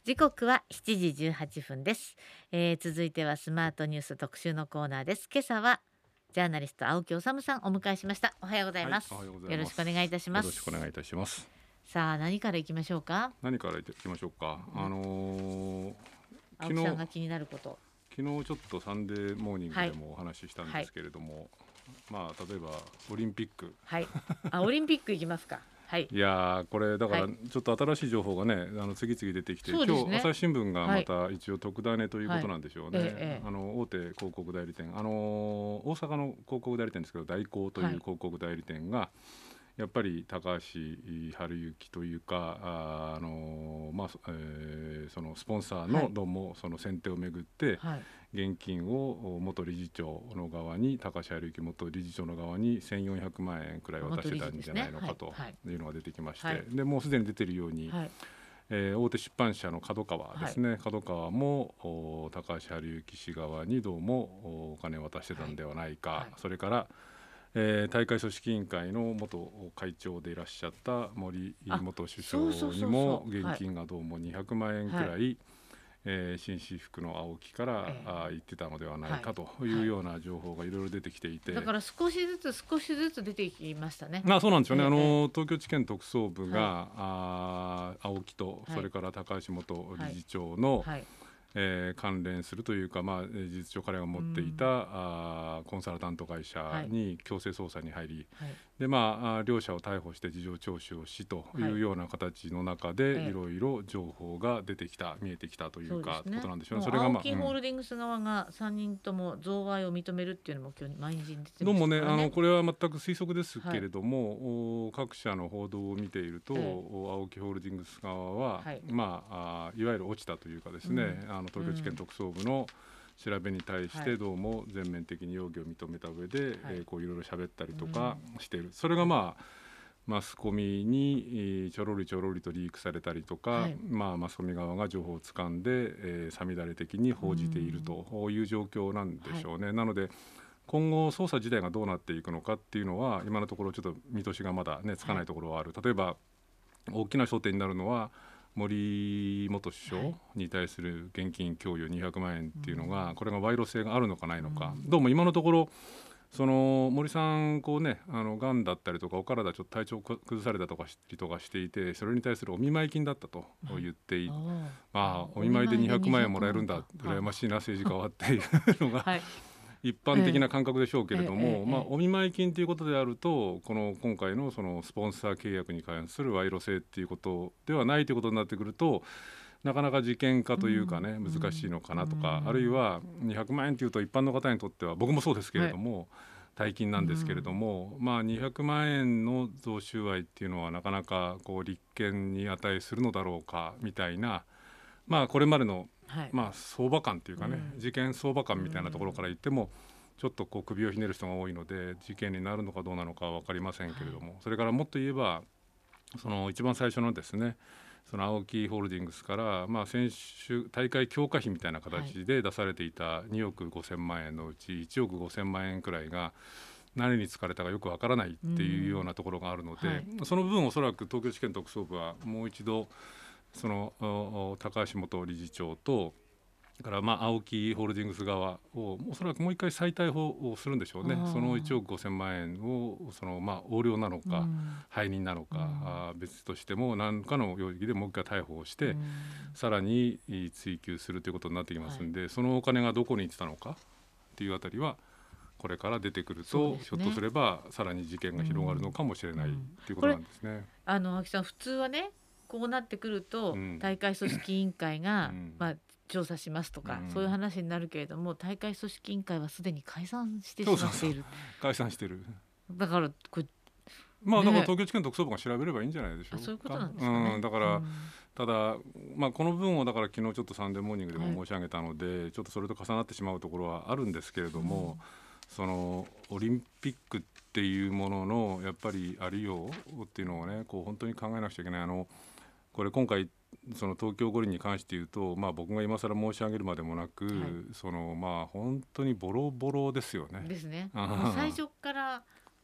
時刻は7時18分です。続いてはスマートニュース特集のコーナーです。今朝はジャーナリスト青木治さんお迎えしました。おはようございはい、 ます。 おはようございよろしくお願いいます。 たしまよろしくお願いいす。 たします。 さあ何からいきましょうか。 何からいきましょうか。 青木さんが気になること。 昨日ちょっとサンデーモーニングはいでもお話ししたんはいですけれども、例えばオリンピック、 はい。オリンピックいきますか。はい。 いやーこれだからはいちょっと新しい情報がね次々出てきて、 そうですね今日朝日新聞がまた一応特ダネということなんでしょうね。 はいええ大手広告代理店、大阪の広告代理店ですけど、大広という広告代理店が、やっぱり高橋治之というかそのスポンサーのどうもその選定をめぐってはい現金を元理事長の側に、高橋治之元理事長の側に1400万円くらい渡してたんじゃないのかというのが出てきまして、でもうすでに出ているように、 はい大手出版社の角川ですね、角川も高橋治之氏側にどうもお金を渡してたんではないか、それから大会組織委員会の元会長でいらっしゃった森元首相にも現金がどうも200万円くらい、紳士服の青木から言ってたのではないかというような情報がいろいろ出てきていて、 だから少しずつ出てきましたね。 そうなんですよね。東京地検特捜部が、青木とそれから高橋元理事長の、関連するというか、事実上彼が持っていた、コンサルタント会社に強制捜査に入り、で両者を逮捕して事情聴取をしというような形の中で、いろいろ情報が出てきた、見えてきたというかことなんでしょうね。それが青木ホールディングス側が3人とも贈賄を認めるっていうのも今日毎日に出てましたからね。 どうもね、これは全く推測ですけれども、各社の報道を見ていると、青木ホールディングス側は、いわゆる落ちたというかですね、東京地検特捜部の調べに対してどうも全面的に容疑を認めた上で、こういろいろ喋ったりとかしている、それがマスコミにちょろりとリークされたりとか、マスコミ側が情報をつかんで、さみだれ的に報じているという状況なんでしょうね。なので今後捜査自体がどうなっていくのかっていうのは今のところちょっと見通しがまだねつかないところはある。例えば大きな焦点になるのは森元首相に対する現金供与200万円っていうのが、これが賄賂性があるのかないのか、どうも今のところその森さんがんだったりとかお体ちょっと体調崩されたとかしていて、それに対するお見舞い金だったと言っていて、お見舞いで200万円もらえるんだ、羨ましいな政治家はっていうのが一般的な感覚でしょうけれども、お見舞い金ということであると、今回のそのスポンサー契約に関する賄賂性っていうことではないということになってくると、なかなか事件化というかね、難しいのかなとか、あるいは200万円というと一般の方にとっては、僕もそうですけれども、大金なんですけれども、200万円の贈収賄っていうのはなかなか立件に値するのだろうかみたいな、これまでの相場感というかね、事件相場感みたいなところから言ってもちょっと首をひねる人が多いので、事件になるのかどうなのかは分かりませんけれども、それからもっと言えばその一番最初のですね、その青木ホールディングスから、選手大会強化費みたいな形で出されていた2億5000万円のうち1億5000万円くらいが何に使われたかよくわからないっていうようなところがあるので、その部分おそらく東京地検特捜部はもう一度その高橋元理事長とから青木ホールディングス側をおそらくもう一回再逮捕をするんでしょうね。その1億5000万円を横領なのか背任なのか、別としても何かの容疑でもう一回逮捕をして、さらに追及するということになってきますので、そのお金がどこに行ってたのかっていうあたりはこれから出てくると、ひょっとすればさらに事件が広がるのかもしれないということなんですね。 青木さん、普通はねこうなってくると、大会組織委員会が、調査しますとか、そういう話になるけれども、大会組織委員会はすでに解散してしまっている。 解散してる。 だからこれだから東京地検特捜部が調べればいいんじゃないでしょうか。 そういうことなんですかね。 だから、ただ、この分をだから昨日ちょっとサンデーモーニングでも申し上げたので、ちょっとそれと重なってしまうところはあるんですけれども、そのオリンピックっていうもののやっぱりありようっていうのをね、本当に考えなくちゃいけない。これ今回その東京五輪に関して言うと、僕が今更申し上げるまでもなく、本当にボロボロですよね。 ですね。最初から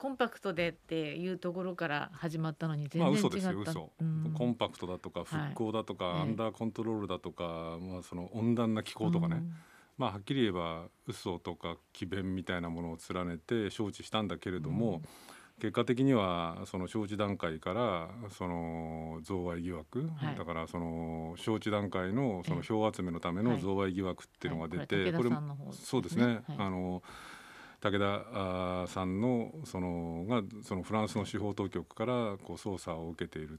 コンパクトでっていうところから始まったのに全然違った。 嘘ですよ嘘、コンパクトだとか復興だとか、アンダーコントロールだとか、その温暖な気候とかね、はっきり言えば嘘とか詭弁みたいなものを連ねて招致したんだけれども、結果的にはその招致段階からその贈賄疑惑、だからその招致段階のその票集めのための贈賄疑惑っていうのが出て、 これそうですね、武田さんのそのフランスの司法当局からこう捜査を受けている、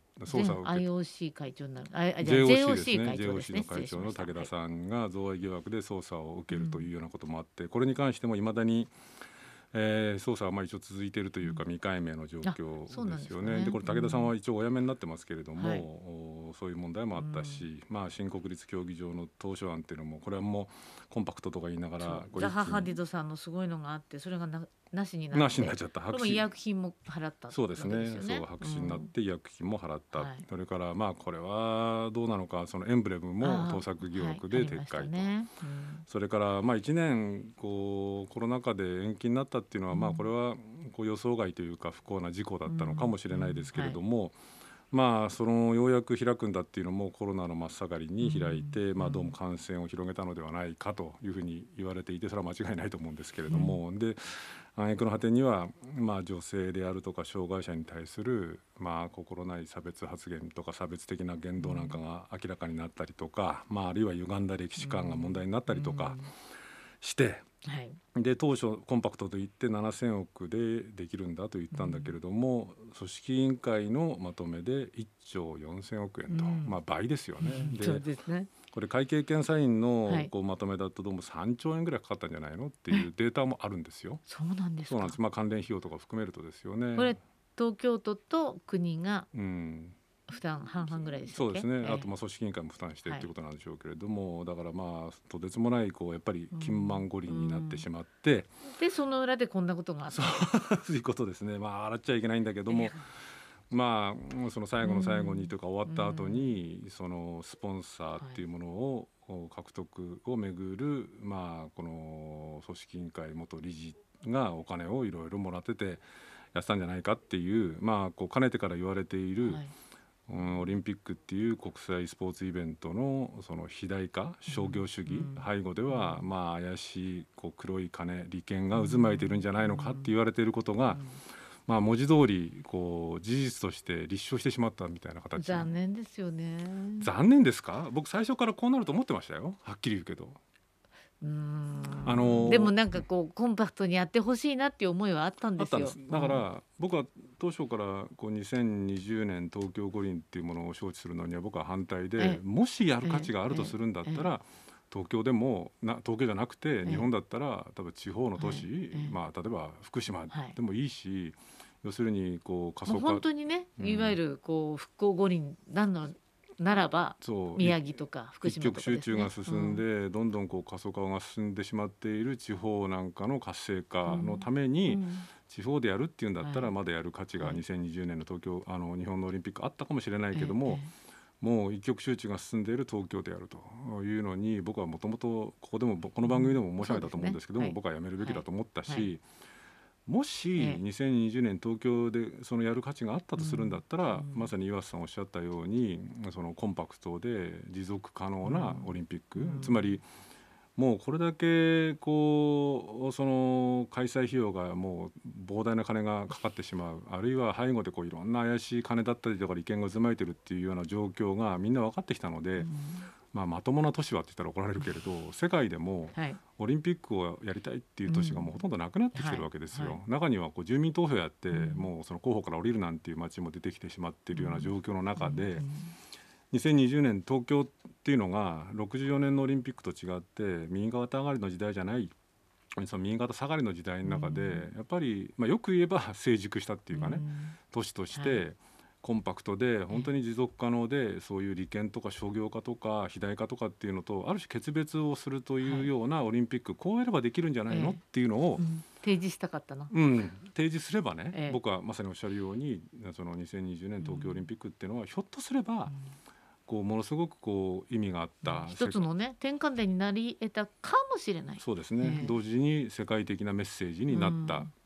IOC 会長になる、 JOC ですね、JOC の会長の武田さんが贈賄疑惑で捜査を受けるというようなこともあって、これに関してもいまだに捜査は一応続いているというか未解明の状況ですよね。でこれ武田さんは一応お辞めになってますけれども、そういう問題もあったし、新国立競技場の当初案っていうのもこれはもうコンパクトとか言いながらザハ・ハディドさんのすごいのがあって、それがなしになっちゃった。これも医薬品も払ったそうですね、そう白紙になって医薬品も払った、それからこれはどうなのか、そのエンブレムも盗作疑惑で撤回と、それから1年コロナ禍で延期になったっていうのは、これは予想外というか不幸な事故だったのかもしれないですけれども、そのようやく開くんだっていうのもコロナの真っ盛りに開いて、どうも感染を広げたのではないかというふうに言われていて、それは間違いないと思うんですけれども、で挙句の果てには、女性であるとか障害者に対する、心ない差別発言とか差別的な言動なんかが明らかになったりとか、あるいは歪んだ歴史観が問題になったりとかして、で当初コンパクトといって7000億でできるんだと言ったんだけれども、組織委員会のまとめで1兆4000億円と、倍ですよね。 そうですね。 これ会計検査院のまとめだとどうも3兆円ぐらいかかったんじゃないのっていうデータもあるんですよ。 そうなんですか。 そうなんです。関連費用とか含めるとですよね。 これ東京都と国が負担半々ぐらいでしたっけ。 そうですね、あと組織委員会も負担してっていうことなんでしょうけれども、だからとてつもないやっぱり金満五輪になってしまって、 でその裏でこんなことがあったそういうことですね。洗っちゃいけないんだけども、その最後の最後にというか終わった後にそのスポンサーっていうものを獲得をめぐる、この組織委員会元理事がお金をいろいろもらっててやってたんじゃないかっていう、かねてから言われている、オリンピックっていう国際スポーツイベントのその肥大化、商業主義、背後では怪しい黒い金、利権が渦巻いているんじゃないのかって言われていることが、文字通り事実として立証してしまったみたいな形。 残念ですよね。 残念ですか？僕最初からこうなると思ってましたよ、はっきり言うけど。 でもコンパクトにやってほしいなっていう思いはあったんですよ。 だから僕は当初から2020年東京五輪っていうものを招致するのには僕は反対で、もしやる価値があるとするんだったら、東京でも東京じゃなくて日本だったら多分地方の都市、例えば福島でもいいし、要するに過疎化、 本当にね、いわゆる復興五輪ならば宮城とか福島とかですね、 一極集中が進んで、どんどん過疎化が進んでしまっている地方なんかの活性化のために、地方でやるっていうんだったらまだやる価値が2020年の東京日本のオリンピックあったかもしれないけども、もう一極集中が進んでいる東京でやるというのに、僕はもともとこの番組でも申し上げたと思うんですけども、僕はやめるべきだと思ったし、もし2020年東京でそのやる価値があったとするんだったら、まさに岩瀬さんおっしゃったように、そのコンパクトで持続可能なオリンピック、つまりもうこれだけその開催費用がもう膨大な金がかかってしまう、あるいは背後でいろんな怪しい金だったりとか利権が渦巻いてるっていうような状況がみんな分かってきたので、まともな都市はって言ったら怒られるけれど、世界でもオリンピックをやりたいっていう都市がもうほとんどなくなってきてるわけですよ。中には住民投票やって、もうその候補から降りるなんていう街も出てきてしまっているような状況の中で、2020年東京っていうのが64年のオリンピックと違って右肩上がりの時代じゃない、その右肩下がりの時代の中で、やっぱり、よく言えば成熟したっていうかね、都市としてコンパクトで本当に持続可能で、そういう利権とか商業化とか肥大化とかっていうのとある種決別をするというようなオリンピック、こうやればできるんじゃないのっていうのを提示したかったな。 提示すればね、僕はまさにおっしゃるように、その2020年東京オリンピックっていうのはひょっとすればものすごく意味があった一つのね転換点になり得たかもしれない。 そうですね、同時に世界的なメッセージになった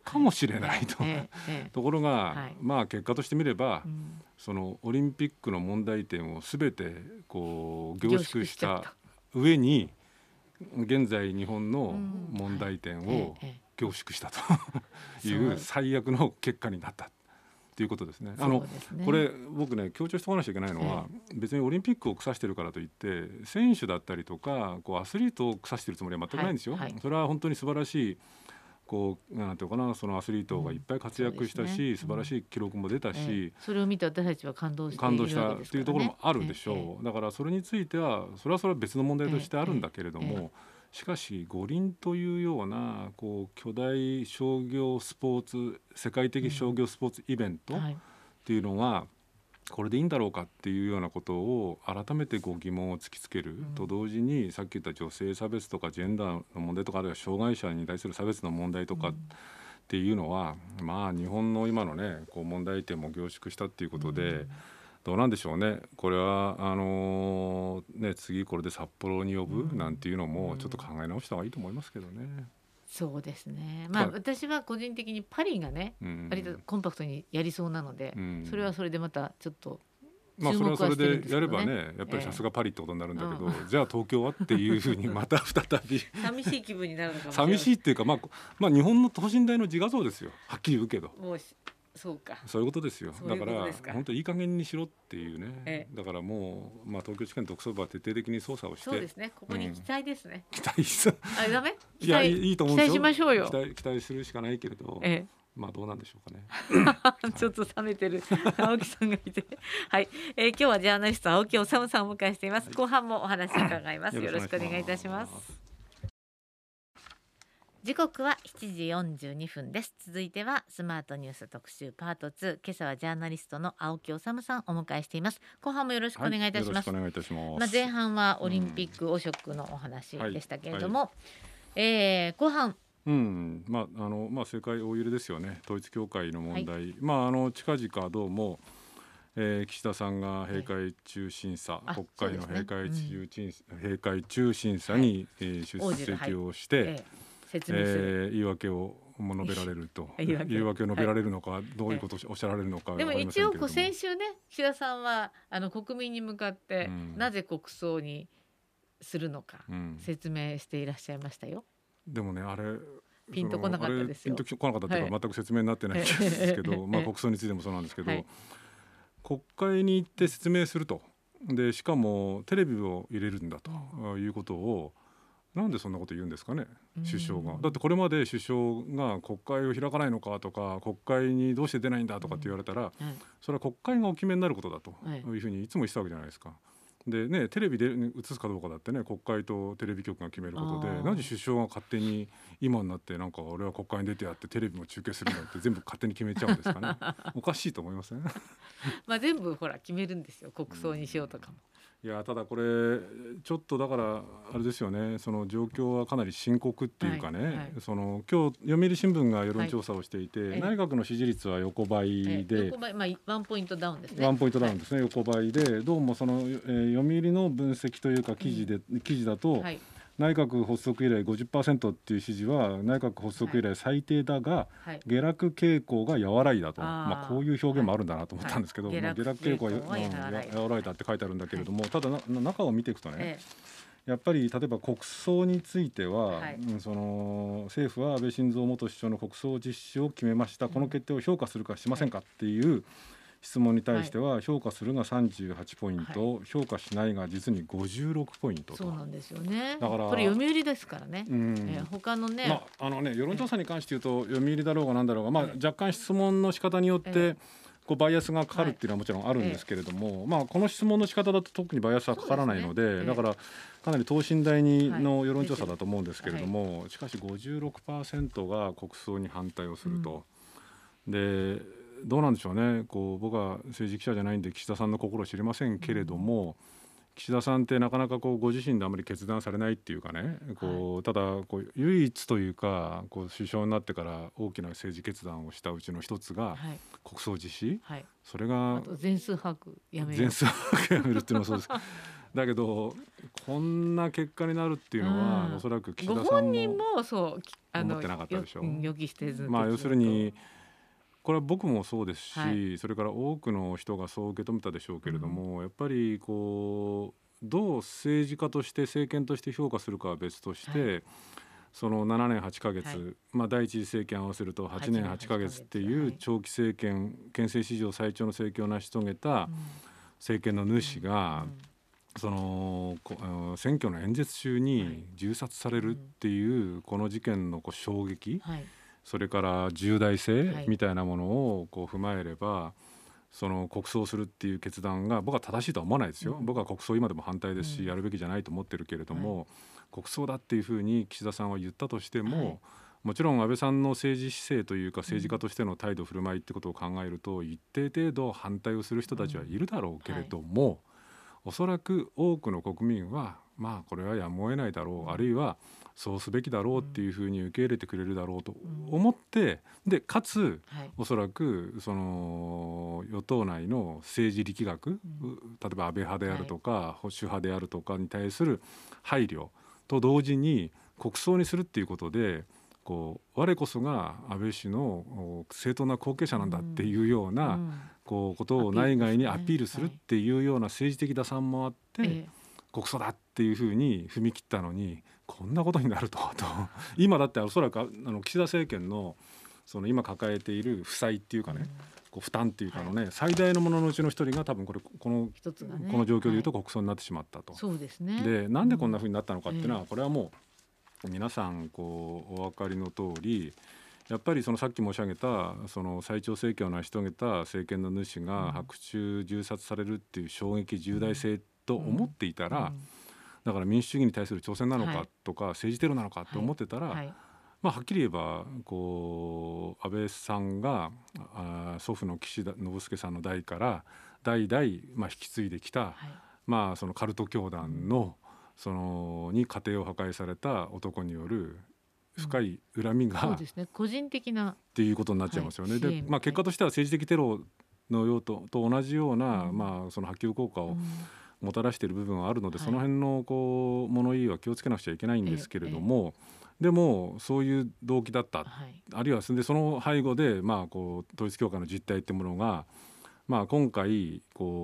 かもしれないと、ところが、まあ結果としてみれば、そのオリンピックの問題点をすべてこう凝縮した上に現在日本の問題点を凝縮したという最悪の結果になったということですね。これ僕ね強調しておかなきゃいけないのは、別にオリンピックを腐してるからといって選手だったりとかこうアスリートを腐してるつもりは全くないんですよ。それは本当に素晴らしいこうなんていうかな、そのアスリートがいっぱい活躍したし、素晴らしい記録も出たし、 それを見て私たちは感動したというところもあるでしょう。だからそれについてはそれは別の問題としてあるんだけれども、しかし五輪というようなこう巨大商業スポーツ世界的商業スポーツイベントっていうのがこれでいいんだろうかっていうようなことを改めてご疑問を突きつけると同時に、さっき言った女性差別とかジェンダーの問題とか、あるいは障害者に対する差別の問題とかっていうのは、まあ日本の今のねこう問題点も凝縮したっていうことで、どうなんでしょうね。これは次これで札幌に呼ぶなんていうのもちょっと考え直した方がいいと思いますけどね。 そうですね。まあ私は個人的にパリがね、割とコンパクトにやりそうなので、それはそれでまたちょっとそれはそれでやればね、やっぱりさすがパリってことになるんだけど、じゃあ東京はっていうふうにまた再び寂しい気分になるのかもしれない。 寂しいっていうか、まあ日本の等身大の自画像ですよ。はっきり言うけど。 もうそうか。 そういうことですよ。だから本当いい加減にしろっていうね。だからもう東京地検特捜部は徹底的に捜査をして、 そうですね。ここに期待ですね。 期待する。 ダメ？ いやいいと思うんですよ。 期待しましょうよ。 期待するしかないけれど。まあどうなんでしょうかね。ちょっと冷めてる青木さんがいて、はい、今日はジャーナリスト青木治さんをお迎えしています。後半もお話伺います。よろしくお願いいたします。時刻は7時42分です。続いてはスマートニュース特集パート2。今朝はジャーナリストの青木治さんをお迎えしています。後半もよろしくお願いいたします。前半はオリンピック汚職のお話でしたけれども、後半世界大揺れですよね。統一教会の問題、近々どうも、岸田さんが閉会中審査、国会の閉会中審査に、出席をして、言い訳を述べられると言い訳を述べられるのか、どういうことをおっしゃられるのか。 でも一応先週ね、岸田さんは国民に向かって、なぜ国葬にするのか、説明していらっしゃいましたよ。 でもね、あれピンとこなかったですよ。 ピンとこなかったというか、全く説明になってないんですけど、国葬についてもそうなんですけど、国会に行って説明すると。でしかもテレビを入れるんだということを、なんでそんなこと言うんですかね、首相が。だってこれまで首相が国会を開かないのかとか、国会にどうして出ないんだとかって言われたら、それは国会がお決めになることだというふうにいつも言ってたわけじゃないですか。でね、テレビで映すかどうかだってね、国会とテレビ局が決めることで、なんで首相が勝手に今になってなんか俺は国会に出てやってテレビも中継するのって全部勝手に決めちゃうんですかね。おかしいと思いません？ 全部ほら決めるんですよ、国葬にしようとかも。 いやただこれちょっとだからあれですよね、その状況はかなり深刻っていうかね、その今日読売新聞が世論調査をしていて、内閣の支持率は横ばいで、 ワンポイントダウンですね。 ワンポイントダウンですね、横ばいで、どうもその、読売の分析というか記事だと、内閣発足以来 50% っていう支持は内閣発足以来最低だが、下落傾向が和らいだと、こういう表現もあるんだなと思ったんですけど、下落傾向が和らいだって書いてあるんだけれども、ただ中を見ていくとね、やっぱり例えば国葬については、その政府は安倍晋三元首相の国葬実施を決めました、この決定を評価するかしませんかっていう質問に対しては、評価するが38ポイント、評価しないが実に56ポイントと。 そうなんですよね。 だからこれ読売ですからね。他のね、 世論調査に関して言うと、読売だろうがなんだろうが、若干質問の仕方によってこうバイアスがかかるっていうのはもちろんあるんですけれども、この質問の仕方だと特にバイアスはかからないので、だからかなり等身大の世論調査だと思うんですけれども、しかし 56% が国葬に反対をすると。でどうなんでしょうね、僕は政治記者じゃないんで岸田さんの心を知りませんけれども、岸田さんってなかなかご自身であまり決断されないっていうかね、ただ唯一というか首相になってから大きな政治決断をしたうちの一つが国葬実施、それが全数把握やめる、 全数把握やめるっていうのもそうですだけどこんな結果になるっていうのは、おそらく岸田さんもご本人もそう思ってなかったでしょう。 予期してず要するにこれは僕もそうですし、それから多くの人がそう受け止めたでしょうけれども、やっぱりこうどう政治家として政権として評価するかは別として、その7年8ヶ月、第一次政権合わせると8年8ヶ月っていう長期政権、憲政史上最長の政権を成し遂げた政権の主が、その選挙の演説中に銃殺されるっていうこの事件の衝撃、それから重大性みたいなものを踏まえれば、その国葬するっていう決断が僕は正しいとは思わないですよ。僕は国葬今でも反対ですし、やるべきじゃないと思ってるけれども、国葬だっていうふうに岸田さんは言ったとしても、もちろん安倍さんの政治姿勢というか政治家としての態度振る舞いってことを考えると、一定程度反対をする人たちはいるだろうけれども、おそらく多くの国民はこれはやむを得ないだろう、あるいはそうすべきだろうっていうふうに受け入れてくれるだろうと思って、でかつ、おそらくその与党内の政治力学、例えば安倍派であるとか、保守派であるとかに対する配慮と同時に国葬にするっていうことで、我こそが安倍氏の正当な後継者なんだっていうようなことを内外にアピールするっていうような政治的打算もあって、国葬だっていうふうに踏み切ったのに、こんなことになると今だっておそらく岸田政権のその今抱えている負債っていうかね、負担っていうかのね、最大のもののうちの一人が多分この状況でいうと国葬になってしまったと。 そうですね。 でなんでこんなふうになったのかっていうのは、これはもう皆さんお分かりの通り、やっぱりそのさっき申し上げたその最長政権を成し遂げた政権の主が白昼銃殺されるっていう衝撃重大性と思っていたら、だから民主主義に対する挑戦なのかとか、政治テロなのかと思ってたら、はっきり言えば安倍さんが祖父の岸田信介さんの代から代々引き継いできた、そのカルト教団のに家庭を破壊された男による深い恨みが、 そうですね、個人的なっていうことになっちゃいますよね。で結果としては政治的テロの用途と同じような、その波及効果をもたらしている部分はあるので、その辺の物言いは気をつけなくちゃいけないんですけれども、でもそういう動機だった、あるいはその背後で統一教会の実態っていうものが、今回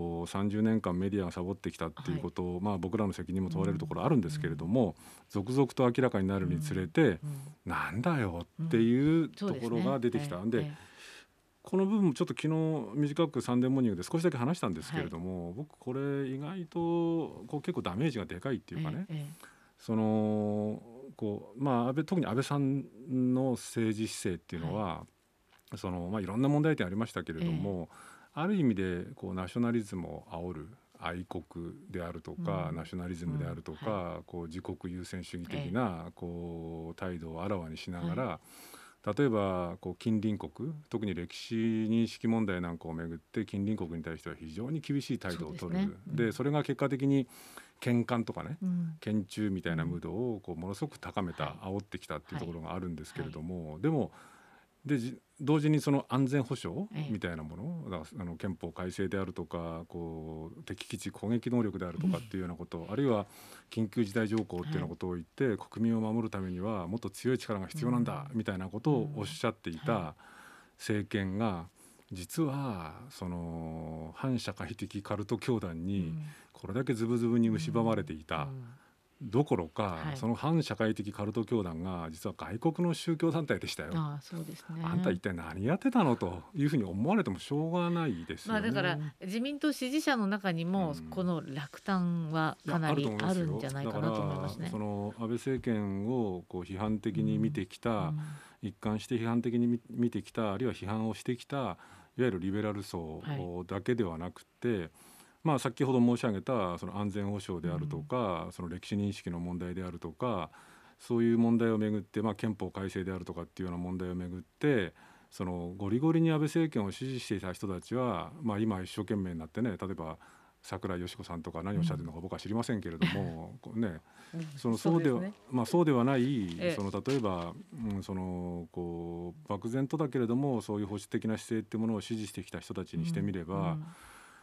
30年間メディアがサボってきたっていうことを、僕らの責任も問われるところあるんですけれども、続々と明らかになるにつれて、なんだよっていうところが出てきたんで、この部分もちょっと昨日短くサンデーモーニングで少しだけ話したんですけれども、僕これ意外と結構ダメージがでかいっていうかね、その特に安倍さんの政治姿勢っていうのは、いろんな問題点ありましたけれども、ある意味でナショナリズムを煽る愛国であるとか、ナショナリズムであるとか、自国優先主義的な態度をあらわにしながら、例えば近隣国、特に歴史認識問題なんかをめぐって近隣国に対しては非常に厳しい態度を取る。でそれが結果的に喧嘩とかね、喧中みたいなムードをものすごく高めた、煽ってきたっていうところがあるんですけれども、でも同時にその安全保障みたいなもの、だから憲法改正であるとか敵基地攻撃能力であるとかっていうようなこと、あるいは緊急事態条項っていうようなことを言って、国民を守るためにはもっと強い力が必要なんだみたいなことをおっしゃっていた政権が、実はその反社会的カルト教団にこれだけズブズブに蝕まれていたどころか、その反社会的カルト教団が実は外国の宗教団体でしたよ。 そうですね。 あんた一体何やってたのというふうに思われてもしょうがないですよね。 だから自民党支持者の中にもこの落胆はかなりあるんじゃないかなと思いますね。 その安倍政権を批判的に見てきた、一貫して批判的に見てきた、あるいは批判をしてきたいわゆるリベラル層だけではなくて、先ほど申し上げたその安全保障であるとか、その歴史認識の問題であるとか、そういう問題をめぐって、憲法改正であるとかっていうような問題をめぐって、そのゴリゴリに安倍政権を支持していた人たちは、今一生懸命になってね、例えば桜井よし子さんとか何をおっしゃってるのか僕は知りませんけれども、そうではない、例えば、漠然とだけれどもそういう保守的な姿勢っていうものを支持してきた人たちにしてみれば、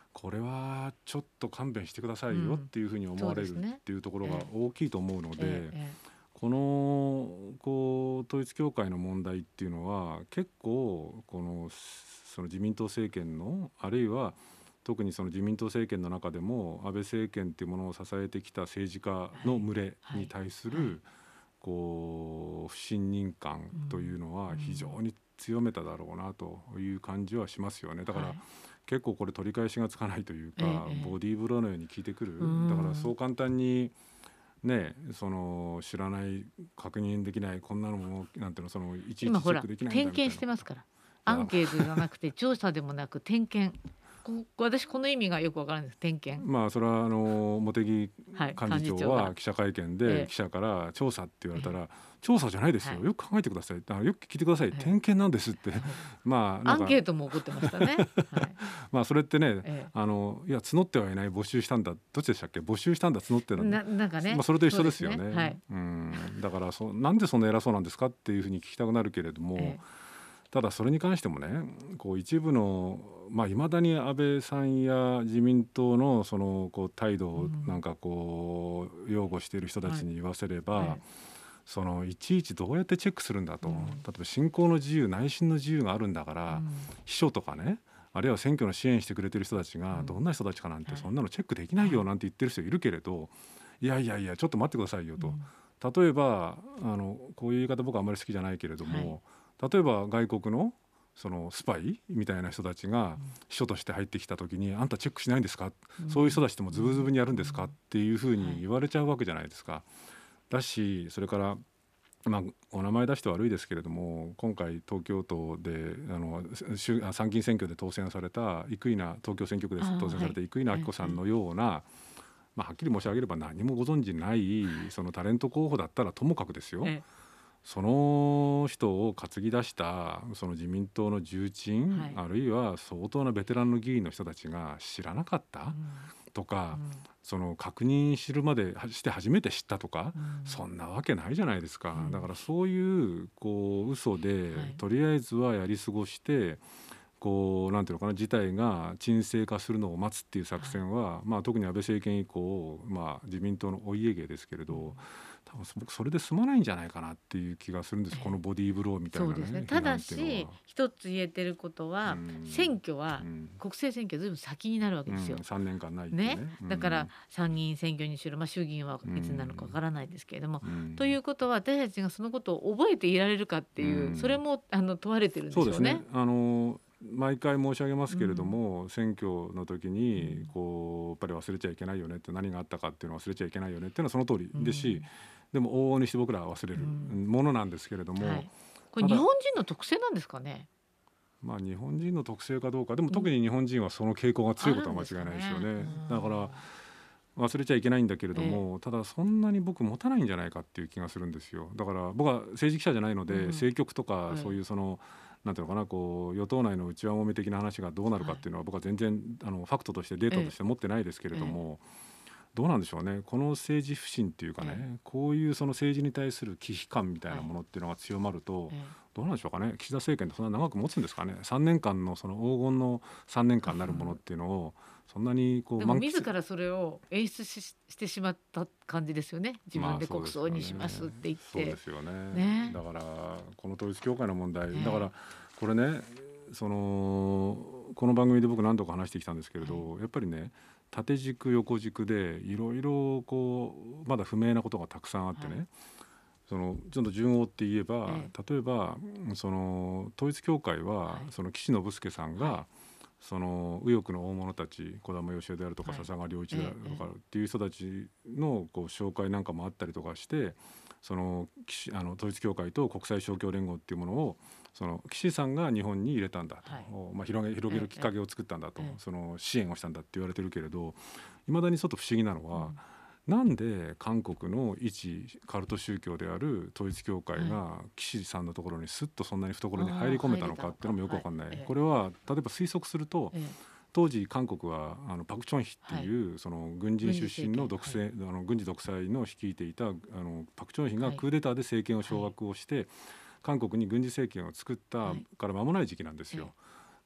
これはちょっと勘弁してくださいよっていうふうに思われるっていうところが大きいと思うので、この統一教会の問題っていうのは結構その自民党政権の、あるいは特にその自民党政権の中でも安倍政権っていうものを支えてきた政治家の群れに対する不信任感というのは非常に強めただろうなという感じはしますよね。だから結構これ取り返しがつかないというか、ボディーブローのように効いてくる。だからそう簡単にね、その知らない、確認できない、こんなのもなんていうの、そのいちいちチェックできないんだみたいな。 点検してますから。アンケートじゃなくて調査でもなく点検。私この意味がよくわからないです。点検。 それは茂木幹事長は記者会見で記者から調査って言われたら、調査じゃないですよ、よく考えてください、よく聞いてください、点検なんですってアンケートも起こってましたね。 それってね、いや募ってはいない、募集したんだ、どっちでしたっけ、募集したんだ、募ってなんかね、 それと一緒ですよね。だからなんでそんな偉そうなんですかっていうふうに聞きたくなるけれども、ただそれに関してもね、一部のいまだに安倍さんや自民党のその態度をなんか擁護している人たちに言わせれば、そのいちいちどうやってチェックするんだと、例えば信仰の自由、内心の自由があるんだから、秘書とかね、あるいは選挙の支援してくれてる人たちがどんな人たちかなんて、そんなのチェックできないよなんて言ってる人いるけれど、いやいやいやちょっと待ってくださいよと。例えばこういう言い方僕はあんまり好きじゃないけれども、例えば外国のそのスパイみたいな人たちが秘書として入ってきた時に、あんたチェックしないんですか、そういう人たちでもズブズブにやるんですかっていうふうに言われちゃうわけじゃないですか。だし、それからお名前出して悪いですけれども、今回東京都で参議院選挙で当選された生稲、東京選挙区で当選された生稲晃子さんのような、はっきり申し上げれば何もご存じないそのタレント候補だったらともかくですよ、その人を担ぎ出したその自民党の重鎮、あるいは相当なベテランの議員の人たちが知らなかったとか、その確認するまでして初めて知ったとか、そんなわけないじゃないですか。だからそういう嘘でとりあえずはやり過ごして、なんていうのかな、事態が沈静化するのを待つっていう作戦は、特に安倍政権以降、自民党のお家芸ですけれど、多分僕それで済まないんじゃないかなっていう気がするんです、このボディーブローみたいなね。 そうですね。ただし一つ言えてることは、選挙は、国政選挙ずいぶん先になるわけですよ。 3年間ないってね。 だから参議院選挙にしろ、衆議院はいつになるのかわからないですけれども、ということは私たちがそのことを覚えていられるかっていう、それも問われてるんでしょうね。 そうですね。毎回申し上げますけれども、選挙の時にやっぱり忘れちゃいけないよねって、何があったかっていうのを忘れちゃいけないよねっていうのはその通りですし、でも往々にして僕らは忘れるものなんですけれども、 これ日本人の特性なんですかね。 日本人の特性かどうか、でも特に日本人はその傾向が強いことは間違いないですよね。だから忘れちゃいけないんだけれども、ただそんなに僕持たないんじゃないかっていう気がするんですよ。だから僕は政治記者じゃないので、政局とかそういうなんていうのかな、与党内の内輪もめ的な話がどうなるかっていうのは僕は全然ファクトとしてデータとして持ってないですけれども、どうなんでしょうね、この政治不信っていうかね、こういうその政治に対する忌避感みたいなものっていうのが強まると、どうなんでしょうかね、岸田政権ってそんな長く持つんですかね。3年間のその黄金の3年間になるものっていうのをそんなにでも自らそれを演出してしまった感じですよね。自分で国葬にしますって言って。 そうですよね。だからこの統一教会の問題、だからこれね、この番組で僕何度か話してきたんですけれど、やっぱりね、縦軸横軸でいろいろまだ不明なことがたくさんあってね、ちょっと順を追って言えば、例えば統一教会はその岸信介さんが右翼の大物たち、児玉義雄であるとか笹川良一であるとかっていう人たちの紹介なんかもあったりとかして、統一教会と国際勝共連合っていうものを岸さんが日本に入れたんだと、広げるきっかけを作ったんだと、支援をしたんだって言われてるけれど、いまだにちょっと不思議なのは、なんで韓国の一カルト宗教である統一教会が岸さんのところにスッとそんなに懐に入り込めたのかっていうのもよく分かんない。これは例えば推測すると、当時韓国はパク・チョンヒっていうその軍人出身の軍事独裁の率いていたパク・チョンヒがクーデターで政権を掌握をして、韓国に軍事政権を作ったから間もない時期なんですよ。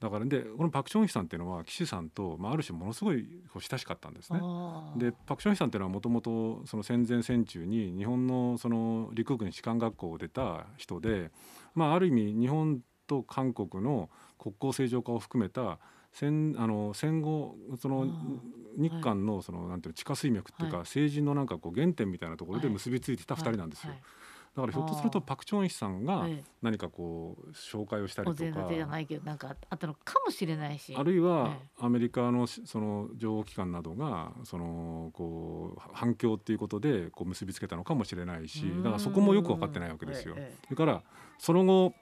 だからでこのパク・チョンヒさんっていうのは岸さんと、ある種ものすごい親しかったんですね。でパク・チョンヒさんっていうのはもともと戦前戦中に日本の陸軍士官学校を出た人で、ある意味日本と韓国の国交正常化を含めた戦後日韓のなんていう地下水脈っていうか、政治のなんか原点みたいなところで結びついていた2人なんですよ。だからひょっとするとパク・チョンヒさんが何か紹介をしたりとか、 お膳じゃないけどなんかあったのかもしれないし、 あるいはアメリカの情報機関などが反響っていうことで結びつけたのかもしれないし、だからそこもよく分かってないわけですよ。それからその後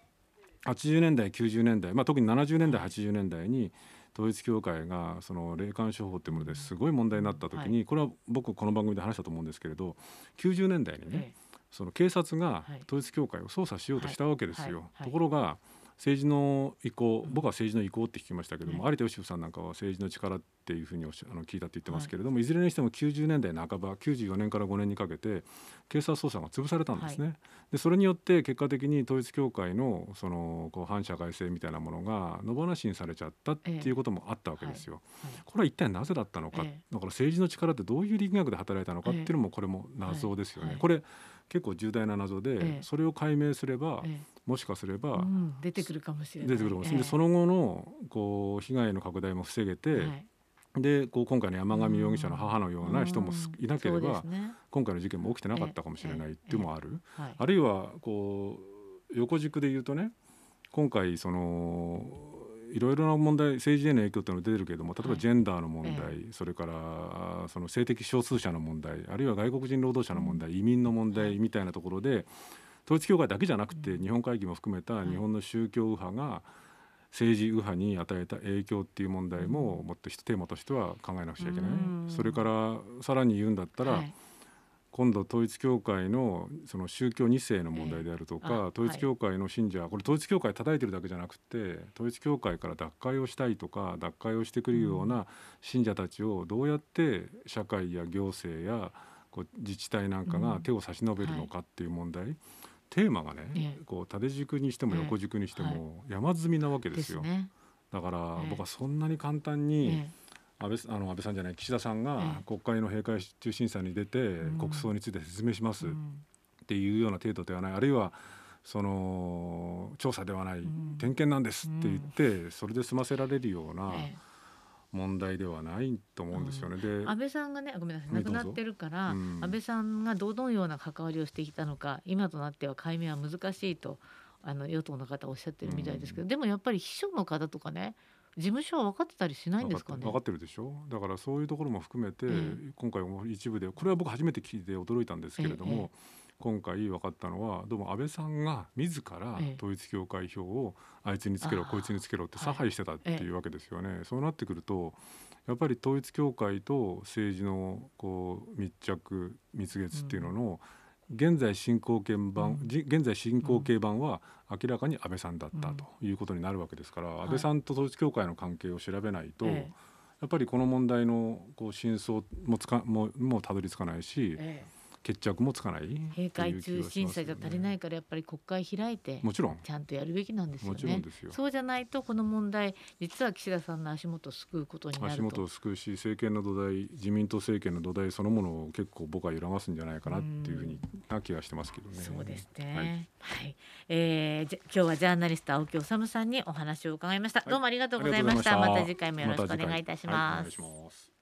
80年代90年代、特に70年代80年代に統一教会が霊感商法っていうものですごい問題になった時に、これは僕この番組で話したと思うんですけれど、90年代にね警察が統一教会を捜査しようとしたわけですよ。ところが政治の意向、僕は政治の意向って聞きましたけども、有田芳生さんなんかは政治の力っていうふうに聞いたって言ってますけれども、いずれにしても90年代半ば94年から5年にかけて警察捜査が潰されたんですね。でそれによって結果的に統一教会の反社会性みたいなものが野放しにされちゃったっていうこともあったわけですよ。これは一体なぜだったのか、だから政治の力ってどういう力学で働いたのかっていうのもこれも謎ですよね。これ結構重大な謎で、それを解明すれば、もしかすれば、 出てくるかもしれない。 でその後の被害の拡大も防げて、で今回の山上容疑者の母のような人もいなければ、今回の事件も起きてなかったかもしれないっていうのもある。あるいは横軸で言うとね、今回いろいろな問題、政治への影響っていうのが出てるけれども、例えばジェンダーの問題、それから性的少数者の問題、あるいは外国人労働者の問題、移民の問題みたいなところで、統一教会だけじゃなくて日本会議も含めた日本の宗教右派が政治右派に与えた影響っていう問題ももっとテーマとしては考えなくちゃいけない。それからさらに言うんだったら、今度統一教会の宗教2世の問題であるとか、統一教会の信者、これ統一教会叩いてるだけじゃなくて、統一教会から脱会をしたいとか脱会をしてくるような信者たちをどうやって社会や行政や自治体なんかが手を差し伸べるのかっていう問題、テーマがね、縦軸にしても横軸にしても山積みなわけですよ。だから僕はそんなに簡単に安倍さんじゃない岸田さんが国会の閉会中審査に出て国葬について説明しますっていうような程度ではない、あるいは調査ではない、点検なんですって言ってそれで済ませられるような問題ではないと思うんですよね。で安倍さんがね、ごめんなさい、亡くなってるから、安倍さんがどのような関わりをしてきたのか今となっては解明は難しいと与党の方おっしゃってるみたいですけど、でもやっぱり秘書の方とかね、事務所は分かってたりしないんですかね。 分かってるでしょ。だからそういうところも含めて、今回も一部で、これは僕初めて聞いて驚いたんですけれども、今回分かったのはどうも安倍さんが自ら統一教会票をあいつにつけろこいつにつけろって差配してたっていうわけですよね。そうなってくるとやっぱり統一教会と政治の密着蜜月っていうのの現在進行形版は明らかに安倍さんだったということになるわけですから、安倍さんと統一教会の関係を調べないと、やっぱりこの問題の真相もたどり着かないし、決着もつかない。 閉会中審査じゃ足りないからやっぱり国会開いてもちろんちゃんとやるべきなんですよね。 もちろんですよ。 そうじゃないとこの問題実は岸田さんの足元を救うことになると。 足元を救うし、政権の土台、自民党政権の土台そのものを結構僕は揺らますんじゃないかなっていうふうな気がしてますけどね。 そうですね。はい。今日はジャーナリスト青木治さんにお話を伺いました。どうもありがとうございました。また次回もよろしくお願いいたします。